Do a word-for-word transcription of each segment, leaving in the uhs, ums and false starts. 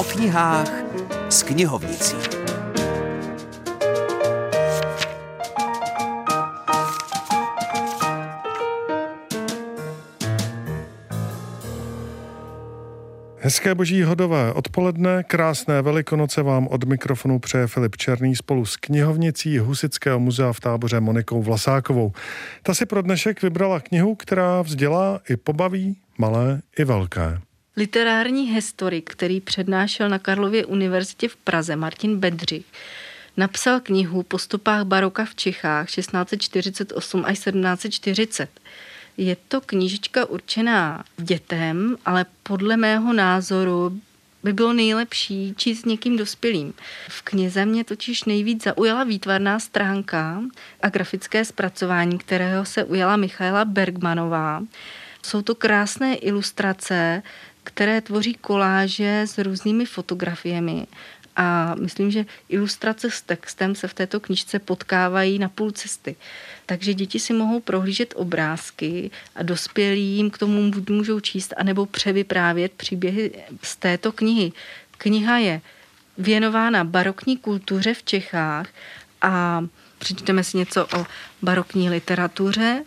knihách s knihovnicí. Hezké boží hodové odpoledne, krásné Velikonoce vám od mikrofonu přeje Filip Černý spolu s knihovnicí Husitského muzea v Táboře Monikou Vlasákovou. Ta si pro dnešek vybrala knihu, která vzdělá i pobaví malé i velké. Literární historik, který přednášel na Karlově univerzitě v Praze, Martin Bedřich, napsal knihu Po stopách baroka v Čechách šestnáct set čtyřicet osm až sedmnáct set čtyřicet. Je to knížička určená dětem, ale podle mého názoru by bylo nejlepší číst s někým dospělým. V knize mě totiž nejvíc zaujala výtvarná stránka a grafické zpracování, kterého se ujala Michaela Bergmanová. Jsou to krásné ilustrace, které tvoří koláže s různými fotografiemi. A myslím, že ilustrace s textem se v této knížce potkávají na půl cesty. Takže děti si mohou prohlížet obrázky a dospělí jim k tomu můžou číst anebo převyprávět příběhy z této knihy. Kniha je věnována barokní kultuře v Čechách a přečteme si něco o barokní literatuře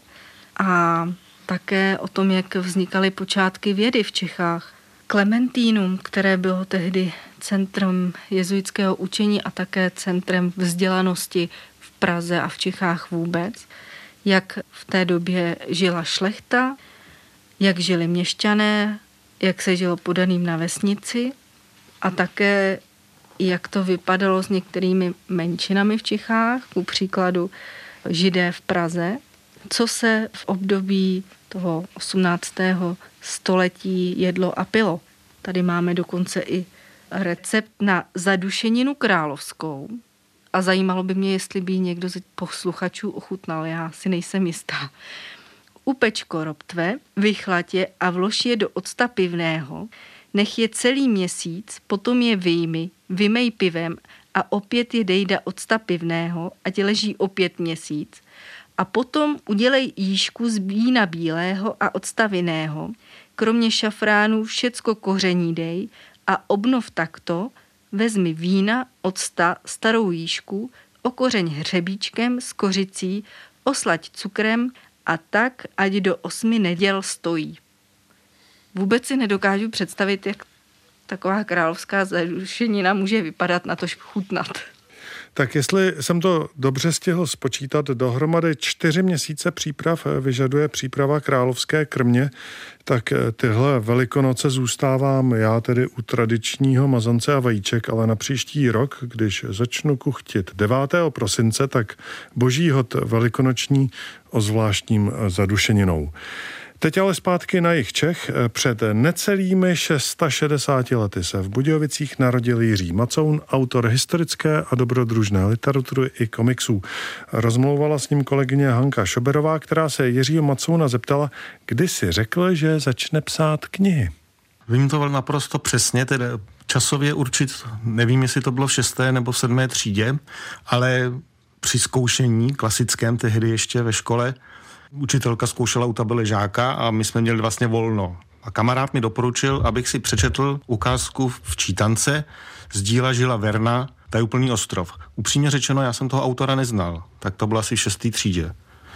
a také o tom, jak vznikaly počátky vědy v Čechách. Klementínum, které bylo tehdy centrem jezuitského učení a také centrem vzdělanosti v Praze a v Čechách vůbec, jak v té době žila šlechta, jak žili měšťané, jak se žilo podaným na vesnici a také jak to vypadalo s některými menšinami v Čechách, ku příkladu Židé v Praze, co se v období toho osmnáctého století jedlo a pilo. Tady máme dokonce i recept na zadušeninu královskou a zajímalo by mě, jestli by někdo z posluchačů ochutnal, já si nejsem jistá. Upeč koroptve, vychlad je a vlož je do octa pivného, nech je celý měsíc, potom je vyjmi, vymej pivem a opět je dej da octa pivného, ať leží opět měsíc. A potom udělej jížku z vína bílého a octa vinného, kromě šafránu všecko koření dej a obnov takto, vezmi vína, octa, starou jížku, okořeň hřebíčkem s kořicí, oslaď cukrem a tak, ať do osmi neděl stojí. Vůbec si nedokážu představit, jak taková královská zadušenina může vypadat, natož chutnat. Tak jestli jsem to dobře stihl spočítat, dohromady čtyři měsíce příprav vyžaduje příprava královské krmě, tak tyhle Velikonoce zůstávám já tedy u tradičního mazance a vajíček, ale na příští rok, když začnu kuchtit devátého prosince, tak boží hod velikonoční o zvláštním zadušeninou. Teď ale zpátky na jih Čech. Před necelými šedesáti lety se v Budějovicích narodil Jiří Macoun, autor historické a dobrodružné literatury i komiksů. Rozmlouvala s ním kolegyně Hanka Šoberová, která se Jiřího Macouna zeptala, kdy si řekl, že začne psát knihy. Vím to naprosto přesně, tedy časově určit, nevím, jestli to bylo v šesté nebo v sedmé třídě, ale při zkoušení klasickém tehdy ještě ve škole učitelka zkoušela u tabule žáka a my jsme měli vlastně volno. A kamarád mi doporučil, abych si přečetl ukázku v čítance z díla Žila Verna Tajuplný ostrov. Upřímně řečeno, já jsem toho autora neznal, tak to bylo asi v šesté třídě.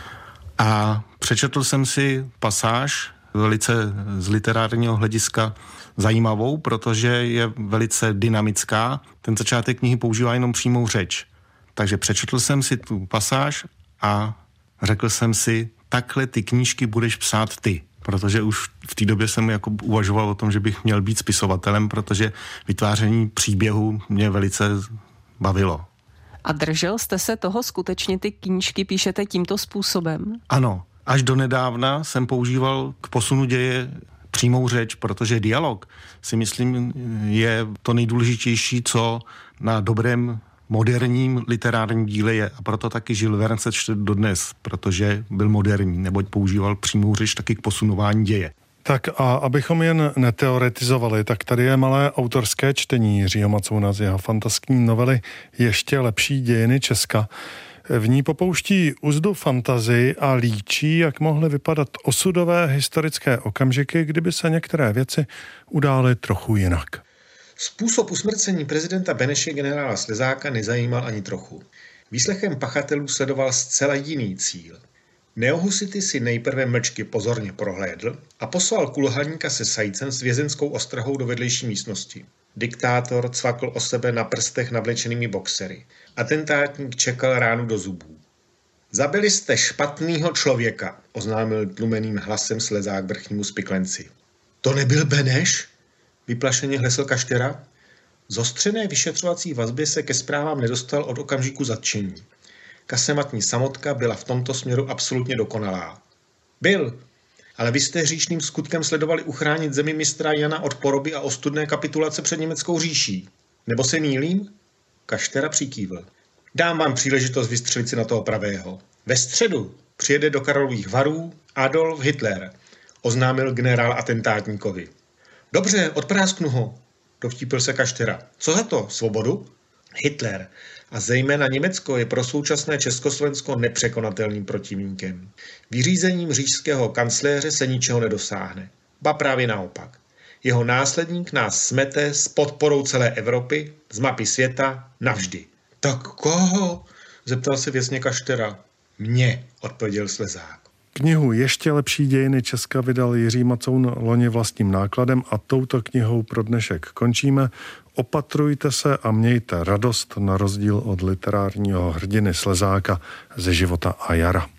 A přečetl jsem si pasáž velice z literárního hlediska zajímavou, protože je velice dynamická. Ten začátek knihy používá jenom přímou řeč. Takže přečetl jsem si tu pasáž a řekl jsem si, takhle ty knížky budeš psát ty. Protože už v té době jsem jako uvažoval o tom, že bych měl být spisovatelem, protože vytváření příběhu mě velice bavilo. A držel jste se toho skutečně, ty knížky píšete tímto způsobem? Ano. Až do nedávna jsem používal k posunu děje přímou řeč, protože dialog, si myslím, je to nejdůležitější, co na dobrém moderním literárním díle je. A proto taky Žil Verne se čte dodnes, protože byl moderní, neboť používal přímou řeč taky k posunování děje. Tak a abychom jen neteoretizovali, tak tady je malé autorské čtení Jiřího Macouna z jeho fantaskní novely Ještě lepší dějiny Česka. V ní popouští uzdu fantazii a líčí, jak mohly vypadat osudové historické okamžiky, kdyby se některé věci udály trochu jinak. Způsob usmrcení prezidenta Beneše generála Slezáka nezajímal ani trochu. Výslechem pachatelů sledoval zcela jiný cíl. Neohusity si nejprve mlčky pozorně prohlédl a poslal kulhaníka se sajcem s vězenskou ostrahou do vedlejší místnosti. Diktátor cvakl o sebe na prstech navlečenými boxery. Atentátník čekal ránu do zubů. Zabili jste špatnýho člověka, oznámil tlumeným hlasem Slezák vrchnímu spiklenci. To nebyl Beneš? Vyplašeně hlesl Kaštěra. Zostřené vyšetřovací vazbě se ke zprávám nedostal od okamžiku zatčení. Kasematní samotka byla v tomto směru absolutně dokonalá. Byl, ale vy jste hříšným skutkem sledovali uchránit zemi mistra Jana od poroby a ostudné kapitulace před německou říší. Nebo se mýlím? Kaštěra přikývl. Dám vám příležitost vystřelit si na toho pravého. Ve středu přijede do Karlových Varů Adolf Hitler, oznámil generál atentátníkovi. Dobře, odprásknu ho, dovtípil se Kaštěra. Co za to? Svobodu? Hitler a zejména Německo je pro současné Československo nepřekonatelným protivníkem. Vyřízením říšského kancléře se ničeho nedosáhne. Ba právě naopak. Jeho následník nás smete s podporou celé Evropy, z mapy světa, navždy. Tak koho? Zeptal se věcně Kaštěra. Mě, odpověděl Slezák. Knihu Ještě lepší dějiny Česka vydal Jiří Macoun loni vlastním nákladem a touto knihou pro dnešek končíme. Opatrujte se a mějte radost na rozdíl od literárního hrdiny Slezáka ze života a jara.